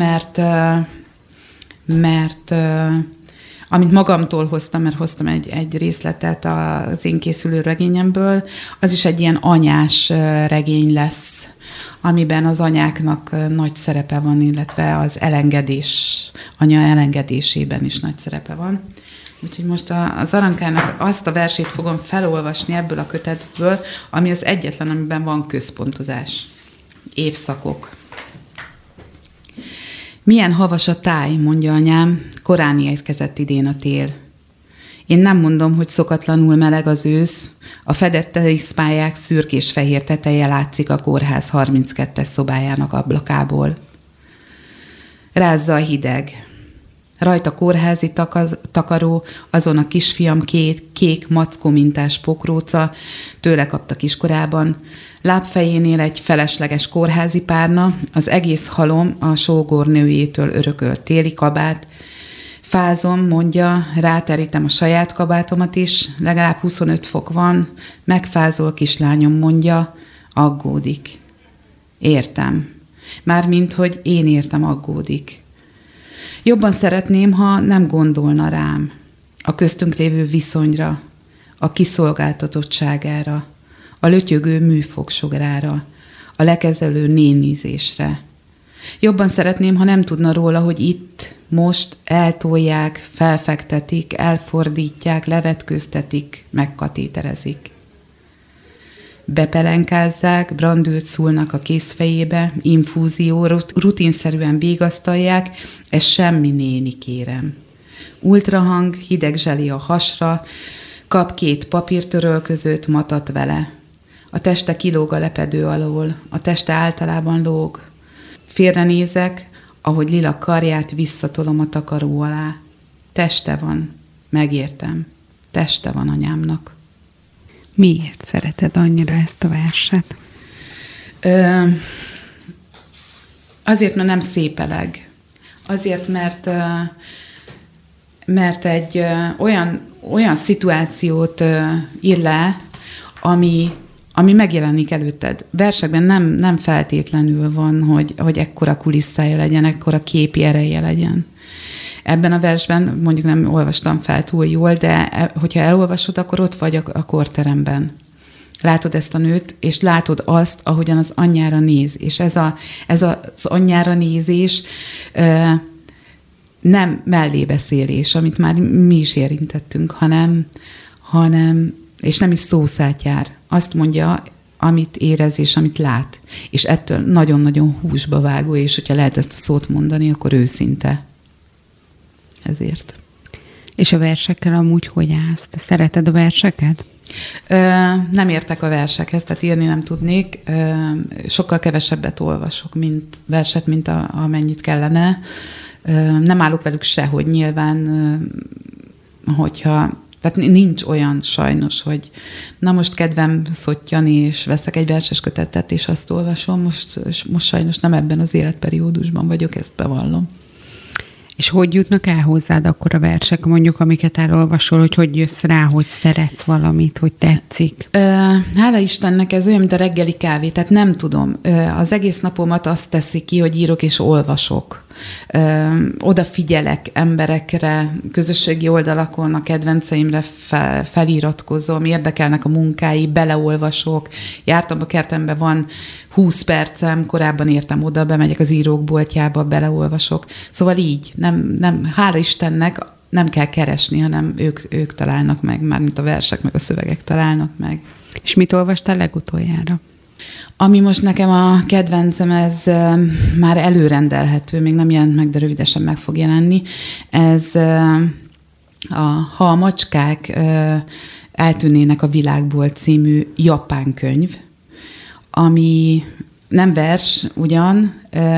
mert amit magamtól hoztam, mert hoztam egy részletet az én készülő regényemből, az is egy ilyen anyás regény lesz, amiben az anyáknak nagy szerepe van, illetve az anya elengedésében is nagy szerepe van. Úgyhogy most az Arankának azt a versét fogom felolvasni ebből a kötetből, ami az egyetlen, amiben van központozás. Évszakok. Milyen havas a táj, mondja anyám, korán érkezett idén a tél. Én nem mondom, hogy szokatlanul meleg az ősz, a fedett teniszpályák szürkés-fehér teteje látszik a kórház 32-es szobájának ablakából. Rázza a hideg. Rajta kórházi takaró, azon a kisfiam kék mackómintás pokróca, tőle kapta kiskorában. Lábfejénél egy felesleges kórházi párna, az egész halom a sógornőjétől örökölt téli kabát. Fázom, mondja, ráterítem a saját kabátomat is, legalább 25 fok van, megfázol, kislányom, mondja, aggódik. Értem. Mármint, hogy én értem, aggódik. Jobban szeretném, ha nem gondolna rám, a köztünk lévő viszonyra, a kiszolgáltatottságára, a lötyögő műfogsugrára, a lekezelő nénizésre. Jobban szeretném, ha nem tudna róla, hogy itt, most eltolják, felfektetik, elfordítják, levetkőztetik, megkatéterezik. Bepelenkázzák, brandőt szúrnak a kézfejébe, infúzió, rutinszerűen végasztalják, ez semmi, néni, kérem. Ultrahang, hideg zseli a hasra, kap 2 papírtörölközőt, matat vele. A teste kilóg a lepedő alól, a teste általában lóg. Félrenézek, ahogy lila karját visszatolom a takaró alá. Teste van, megértem, teste van anyámnak. Miért szereted annyira ezt a verset? Azért, mert nem szépeleg. Azért, mert egy olyan szituációt ír le, ami megjelenik előtted. Versekben nem feltétlenül van, hogy ekkora kulisszája legyen, ekkora képi ereje legyen. Ebben a versben mondjuk nem olvastam fel túl jól, de hogyha elolvasod, akkor ott vagy a korteremben. Látod ezt a nőt, és látod azt, ahogyan az anyjára néz. És ez az anyjára nézés nem mellébeszélés, amit már mi is érintettünk, hanem és nem is szószátjár. Azt mondja, amit érez és amit lát. És ettől nagyon-nagyon húsba vágó, és hogyha lehet ezt a szót mondani, akkor őszinte. Ezért. És a versekkel amúgy hogy állsz? Te szereted a verseket? Nem értek a versekhez, tehát írni nem tudnék. Sokkal kevesebbet olvasok, mint amennyit kellene. Nem állok velük sehogy nyilván, tehát nincs olyan sajnos, hogy na most kedvem szottyani, és veszek egy verses kötetet, és azt olvasom. Most sajnos nem ebben az életperiódusban vagyok, ezt bevallom. És hogy jutnak el hozzád akkor a versek, mondjuk, amiket elolvasol, hogy jössz rá, hogy szeretsz valamit, hogy tetszik? Hála Istennek ez olyan, mint a reggeli kávé, tehát nem tudom. Az egész napomat azt teszi ki, hogy írok és olvasok. Odafigyelek emberekre, közösségi oldalakon a kedvenceimre feliratkozom, érdekelnek a munkái, beleolvasok. Jártam a kertembe, van 20 percem, korábban értem oda, bemegyek az írók boltjába, beleolvasok. Szóval így, nem, hála Istennek nem kell keresni, hanem ők találnak meg, mármint a versek, meg a szövegek találnak meg. És mit olvastál legutoljára? Ami most nekem a kedvencem, ez már előrendelhető, még nem jelent meg, de rövidesen meg fog jelenni. Ez Ha a macskák eltűnnének a világból című japán könyv, ami nem vers ugyan,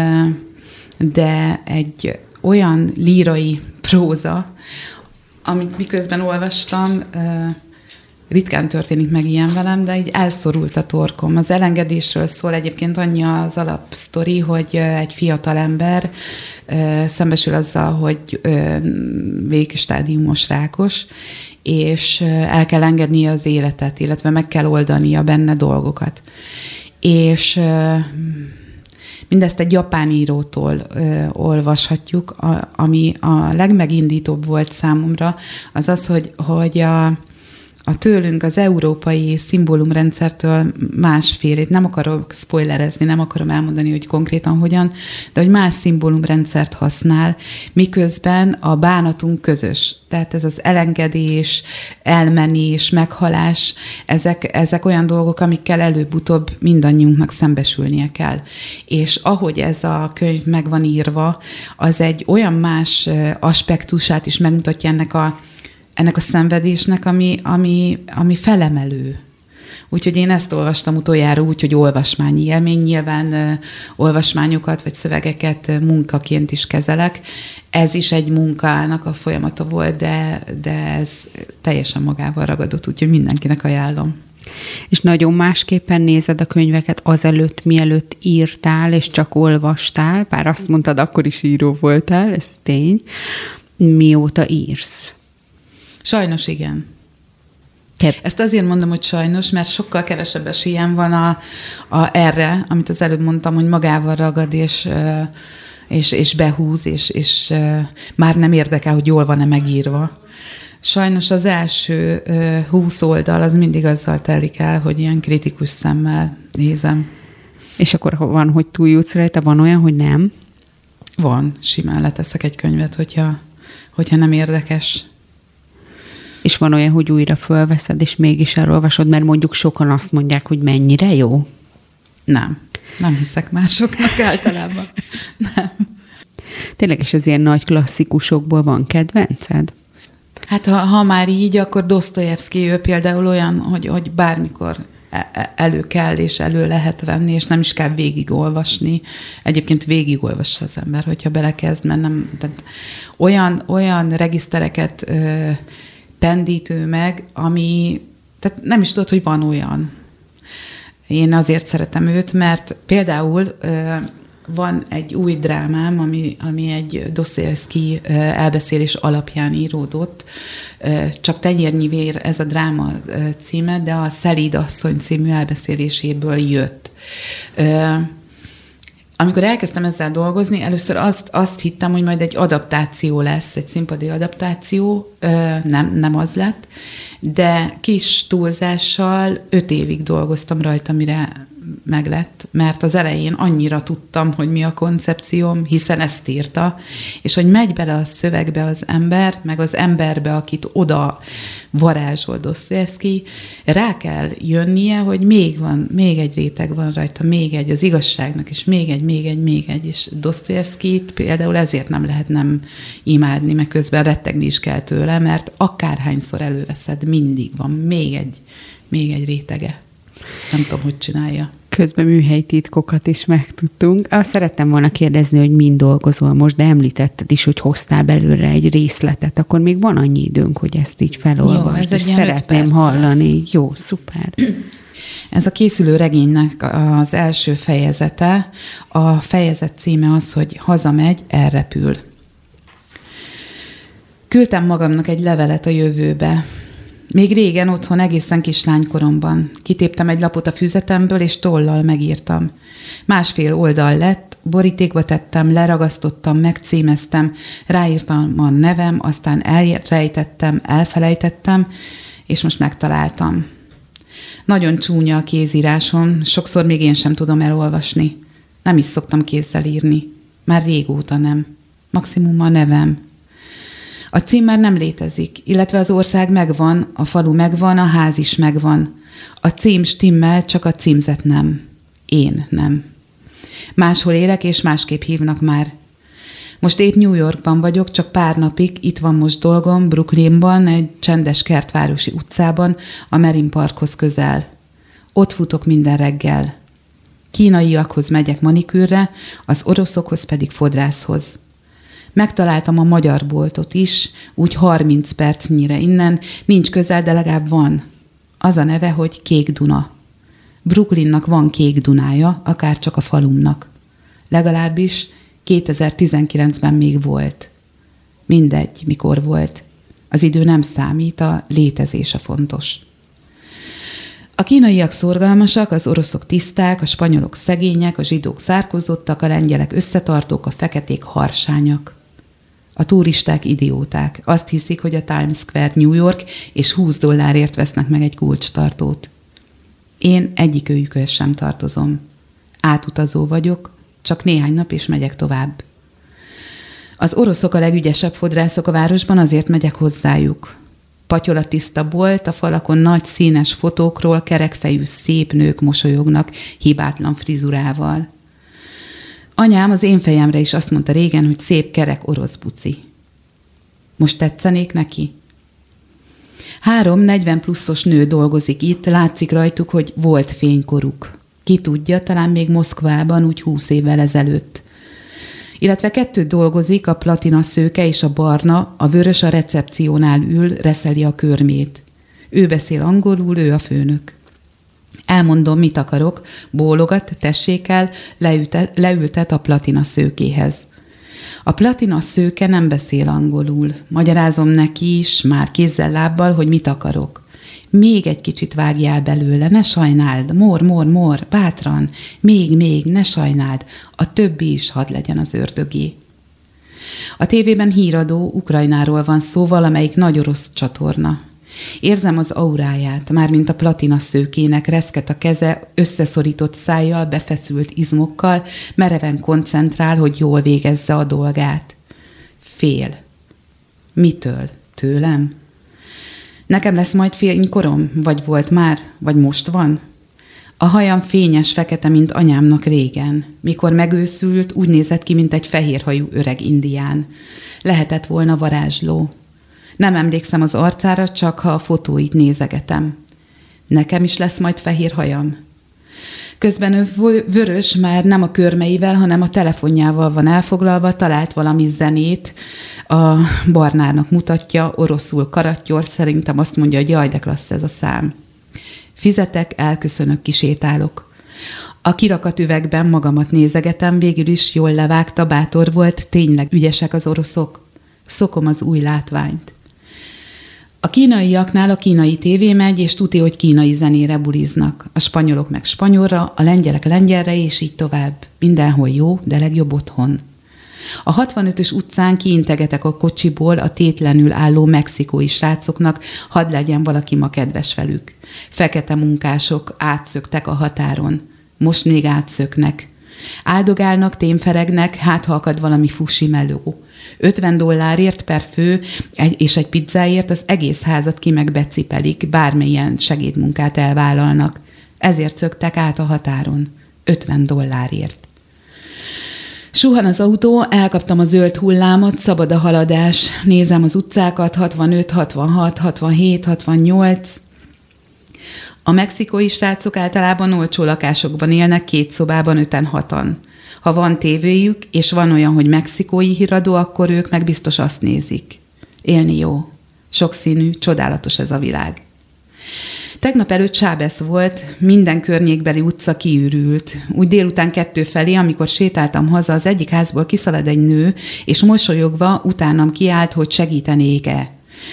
de egy olyan lírai próza, amit miközben olvastam, ritkán történik meg ilyen velem, de így elszorult a torkom. Az elengedésről szól egyébként annyi az alapsztori, hogy egy fiatal ember szembesül azzal, hogy végstádiumos rákos, és el kell engednie az életet, illetve meg kell oldania benne dolgokat. És mindezt egy japán írótól olvashatjuk, ami a legmegindítóbb volt számomra, az az, hogy a tőlünk az európai szimbólumrendszertől másfélét, nem akarok spoilerezni, nem akarom elmondani, hogy konkrétan hogyan, de hogy más szimbólumrendszert használ, miközben a bánatunk közös. Tehát ez az elengedés, elmenés, meghalás, ezek olyan dolgok, amikkel előbb-utóbb mindannyiunknak szembesülnie kell. És ahogy ez a könyv meg van írva, az egy olyan más aspektusát is megmutatja ennek a szenvedésnek, ami felemelő. Úgyhogy én ezt olvastam utoljára úgy, hogy olvasmányi élmény. Nyilván olvasmányokat vagy szövegeket munkaként is kezelek. Ez is egy munkának a folyamata volt, de ez teljesen magával ragadott, úgyhogy mindenkinek ajánlom. És nagyon másképpen nézed a könyveket azelőtt, mielőtt írtál, és csak olvastál, bár azt mondtad, akkor is író voltál, ez tény. Mióta írsz? Sajnos igen. Ezt azért mondom, hogy sajnos, mert sokkal kevesebb esélyem van erre, amit az előbb mondtam, hogy magával ragad, és behúz, és már nem érdekel, hogy jól van-e megírva. Sajnos az első 20 oldal az mindig azzal telik el, hogy ilyen kritikus szemmel nézem. És akkor van, hogy túljutsz rajta, van olyan, hogy nem? Van, simán leteszek egy könyvet, hogyha nem érdekes. És van olyan, hogy újra fölveszed, és mégis elolvasod, mert mondjuk sokan azt mondják, hogy mennyire jó? Nem hiszek másoknak általában. Nem. Tényleg is az ilyen nagy klasszikusokból van kedvenced? Hát ha már így, akkor Dosztojevszkij, ő például olyan, hogy bármikor elő kell, és elő lehet venni, és nem is kell végigolvasni. Egyébként végigolvassa az ember, hogyha belekezd, mert nem... Tehát olyan regisztereket pendít ő meg, ami... Tehát nem is tudod, hogy van olyan. Én azért szeretem őt, mert például van egy új drámám, ami egy Dosztojevszkij elbeszélés alapján íródott. Csak tenyérnyi vér ez a dráma címe, de a Szelíd asszony című elbeszéléséből jött. Amikor elkezdtem ezzel dolgozni, először azt hittem, hogy majd egy adaptáció lesz, egy színpadi adaptáció, nem az lett, de kis túlzással 5 évig dolgoztam rajta, mire meglett, mert az elején annyira tudtam, hogy mi a koncepcióm, hiszen ezt írta, és hogy megy bele a szövegbe az ember, meg az emberbe, akit oda varázsol Dosztojevszkij, rá kell jönnie, hogy még egy réteg van rajta, még egy, az igazságnak is, még egy, és Dosztojevszkijt például ezért nem lehet nem imádni, meg közben rettegni is kell tőle, mert akárhányszor előveszed, mindig van még egy rétege. Nem tudom, hogy csinálja. Közben műhelytitkokat is megtudtunk. Azt szerettem volna kérdezni, hogy mind dolgozol most, de említetted is, hogy hoztál belőle egy részletet, akkor még van annyi időnk, hogy ezt így felolvasd, és szeretném hallani. Lesz. Jó, szuper. Ez a készülő regénynek az első fejezete. A fejezet címe az, hogy hazamegy, elrepül. Küldtem magamnak egy levelet a jövőbe. Még régen otthon, egészen kislánykoromban. Kitéptem egy lapot a füzetemből, és tollal megírtam. 1,5 oldal lett, borítékba tettem, leragasztottam, megcímeztem, ráírtam a nevem, aztán elrejtettem, elfelejtettem, és most megtaláltam. Nagyon csúnya a kézírásom, sokszor még én sem tudom elolvasni. Nem is szoktam kézzel írni. Már régóta nem. Maximum a nevem. A cím már nem létezik, illetve az ország megvan, a falu megvan, a ház is megvan. A cím stimmel, csak a címzet nem. Én nem. Máshol élek, és másképp hívnak már. Most épp New Yorkban vagyok, csak pár napig, itt van most dolgom, Brooklynban, egy csendes kertvárosi utcában, a Marine Parkhoz közel. Ott futok minden reggel. Kínaiakhoz megyek manikűrre, az oroszokhoz pedig fodrászhoz. Megtaláltam a magyar boltot is, úgy 30 percnyire innen, nincs közel, de legalább van. Az a neve, hogy Kék Duna. Brooklynnak van Kék Dunája, akár csak a falumnak. Legalábbis 2019-ben még volt. Mindegy, mikor volt. Az idő nem számít, a létezése fontos. A kínaiak szorgalmasak, az oroszok tiszták, a spanyolok szegények, a zsidók zárkózottak, a lengyelek összetartók, a feketék harsányak. A turisták idióták. Azt hiszik, hogy a Times Square New York, és $20 vesznek meg egy kulcstartót. Én egyikőjükhöz sem tartozom. Átutazó vagyok, csak néhány nap és megyek tovább. Az oroszok a legügyesebb fodrászok a városban, azért megyek hozzájuk. Patyolatiszta bolt, a falakon nagy színes fotókról kerekfejű szép nők mosolyognak hibátlan frizurával. Anyám az én fejemre is azt mondta régen, hogy szép kerek orosz buci. Most tetszenék neki? 3 40 pluszos nő dolgozik itt, látszik rajtuk, hogy volt fénykoruk. Ki tudja, talán még Moszkvában, úgy 20 évvel ezelőtt. Illetve 2 dolgozik, a platina szőke és a barna, a vörös a recepciónál ül, reszeli a körmét. Ő beszél angolul, ő a főnök. Elmondom, mit akarok, bólogat, tessék el, leültet a platina szőkéhez. A platina szőke nem beszél angolul. Magyarázom neki is, már kézzel-lábbal, hogy mit akarok. Még egy kicsit vágjál belőle, ne sajnáld, mor, bátran, még, ne sajnáld, a többi is hadd legyen az ördögé. A tévében híradó, Ukrajnáról van szó, valamelyik nagy orosz csatorna. Érzem az auráját, mármint a platina szőkének, reszket a keze, összeszorított szájjal, befeszült izmokkal, mereven koncentrál, hogy jól végezze a dolgát. Fél. Mitől? Tőlem? Nekem lesz majd fénykorom? Vagy volt már? Vagy most van? A hajam fényes, fekete, mint anyámnak régen. Mikor megőszült, úgy nézett ki, mint egy fehérhajú öreg indián. Lehetett volna varázsló. Nem emlékszem az arcára, csak ha a fotóit nézegetem. Nekem is lesz majd fehér hajam? Közben ő vörös, már nem a körmeivel, hanem a telefonjával van elfoglalva, talált valami zenét, a barnának mutatja, oroszul karattyol, szerintem azt mondja, hogy jaj, de klassz ez a szám. Fizetek, elköszönök, kisétálok. A kirakat üvegben magamat nézegetem, végül is jól levágta, bátor volt, tényleg ügyesek az oroszok. Szokom az új látványt. A kínaiaknál a kínai tévé megy, és tuti, hogy kínai zenére buliznak. A spanyolok meg spanyolra, a lengyelek lengyelre, és így tovább. Mindenhol jó, de legjobb otthon. A 65-ös utcán kiintegetek a kocsiból a tétlenül álló mexikói srácoknak, hadd legyen valaki ma kedves velük. Fekete munkások átszöktek a határon. Most még átszöknek. Áldogálnak, témferegnek, hát ha akad valami fusi meló. $50 per fő és egy pizzáért az egész házat ki meg becipelik, bármilyen segédmunkát elvállalnak. Ezért szöktek át a határon. $50. Suhan az autó, elkaptam a zöld hullámot, szabad a haladás. Nézem az utcákat, 65, 66, 67, 68. A mexikói srácok általában olcsó lakásokban élnek, 2 szobában, 5-en, 6-an. Ha van tévéjük, és van olyan, hogy mexikói híradó, akkor ők meg biztos azt nézik. Élni jó. Sokszínű, csodálatos ez a világ. Tegnap előtt Sábesz volt, minden környékbeli utca kiürült. Úgy délután 2 felé, amikor sétáltam haza, az egyik házból kiszalad egy nő, és mosolyogva utánam kiállt, hogy segítenék-e.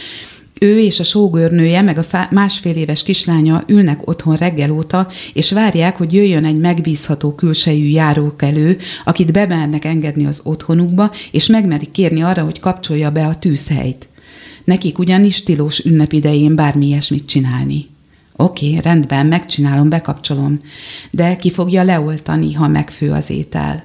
Ő és a sógornője, meg a 1,5 éves kislánya ülnek otthon reggel óta, és várják, hogy jöjjön egy megbízható külsejű járókelő, akit bemernek engedni az otthonukba, és megmerik kérni arra, hogy kapcsolja be a tűzhelyt. Nekik ugyanis tilos ünnep idején bármi ilyesmit csinálni. Oké, rendben, megcsinálom, bekapcsolom, de ki fogja leoltani, ha megfő az étel?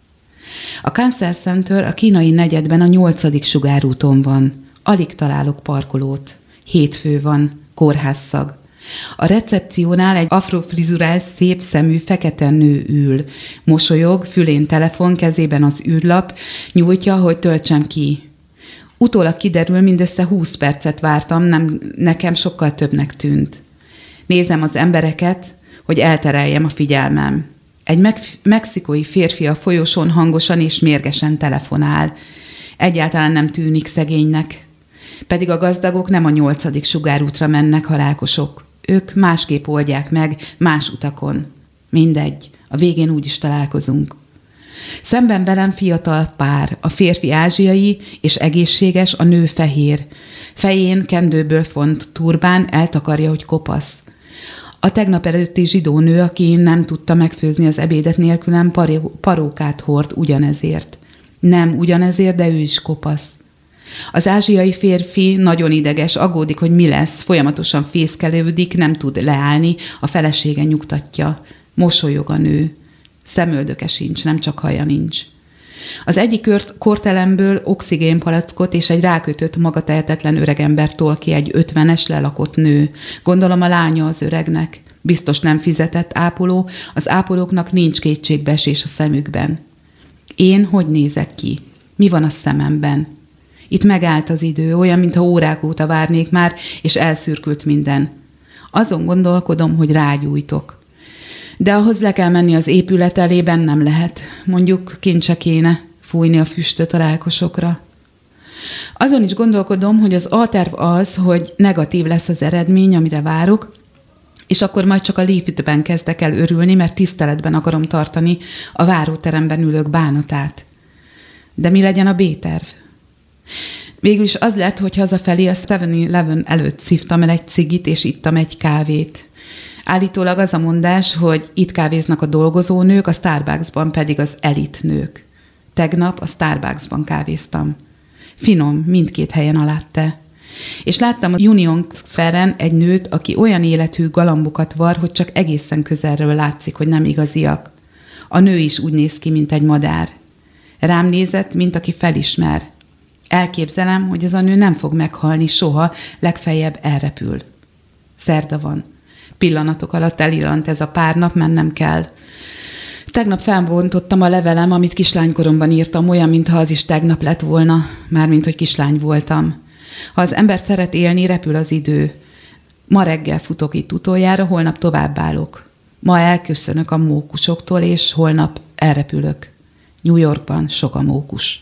A Cancer Center a kínai negyedben a 8. sugárúton van. Alig találok parkolót. 7 fő van, kórházszag. A recepciónál egy afrofrizurás, szép szemű, fekete nő ül. Mosolyog, fülén telefon, kezében az űrlap, nyújtja, hogy töltsem ki. Utólag kiderül, mindössze 20 percet vártam, nekem sokkal többnek tűnt. Nézem az embereket, hogy eltereljem a figyelmem. Egy mexikói férfi a folyosón hangosan és mérgesen telefonál. Egyáltalán nem tűnik szegénynek. Pedig a gazdagok nem a 8. sugárútra mennek, ha rákosok. Ők másképp oldják meg, más utakon. Mindegy, a végén úgyis találkozunk. Szemben velem fiatal pár, a férfi ázsiai és egészséges, a nő fehér. Fején kendőből font turbán, eltakarja, hogy kopasz. A tegnap előtti zsidó nő, aki nem tudta megfőzni az ebédet nélkülem, parókát hord ugyanezért. Nem ugyanezért, de ő is kopasz. Az ázsiai férfi nagyon ideges, aggódik, hogy mi lesz, folyamatosan fészkelődik, nem tud leállni, a felesége nyugtatja. Mosolyog a nő. Szemöldöke sincs, nem csak haja nincs. Az egyik kortelemből oxigénpalackot és egy rákötött, magatehetetlen öregember tol ki egy 50-es lelakott nő. Gondolom a lánya az öregnek. Biztos nem fizetett ápoló, az ápolóknak nincs kétségbeesés a szemükben. Én hogy nézek ki? Mi van a szememben? Itt megállt az idő, olyan, mintha órák óta várnék már, és elszürkült minden. Azon gondolkodom, hogy rágyújtok. De ahhoz le kell menni az épület elében, nem lehet. Mondjuk kint se kéne fújni a füstöt a rákosokra. Azon is gondolkodom, hogy az alterv az, hogy negatív lesz az eredmény, amire várok, és akkor majd csak a liftben kezdek el örülni, mert tiszteletben akarom tartani a váróteremben ülők bánatát. De mi legyen a B-terv? Végül is az lett, hogy hazafelé a 7-Eleven előtt szívtam el egy cigit, és ittam egy kávét. Állítólag az a mondás, hogy itt kávéznak a dolgozónők, a Starbucksban pedig az elit nők. Tegnap a Starbucksban kávéztam. Finom, mindkét helyen a latte. És láttam a Union Square-en egy nőt, aki olyan életű galambokat var, hogy csak egészen közelről látszik, hogy nem igaziak. A nő is úgy néz ki, mint egy madár. Rám nézett, mint aki felismer. Elképzelem, hogy ez a nő nem fog meghalni soha, legfeljebb elrepül. Szerda van. Pillanatok alatt elillant ez a pár nap, mennem kell. Tegnap felbontottam a levelem, amit kislánykoromban írtam, olyan, mintha az is tegnap lett volna, mármint, hogy kislány voltam. Ha az ember szeret élni, repül az idő. Ma reggel futok itt utoljára, holnap továbbállok. Ma elköszönök a mókusoktól, és holnap elrepülök. New Yorkban sok a mókus.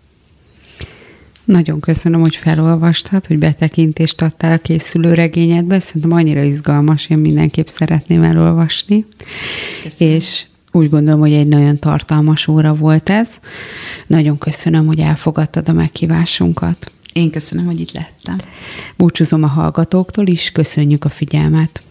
Nagyon köszönöm, hogy felolvastad, hogy betekintést adtál a készülő regényedbe. Szerintem annyira izgalmas, én mindenképp szeretném elolvasni. Köszönöm. És úgy gondolom, hogy egy nagyon tartalmas óra volt ez. Nagyon köszönöm, hogy elfogadtad a meghívásunkat. Én köszönöm, hogy itt lehettem. Búcsúzom a hallgatóktól is, köszönjük a figyelmet.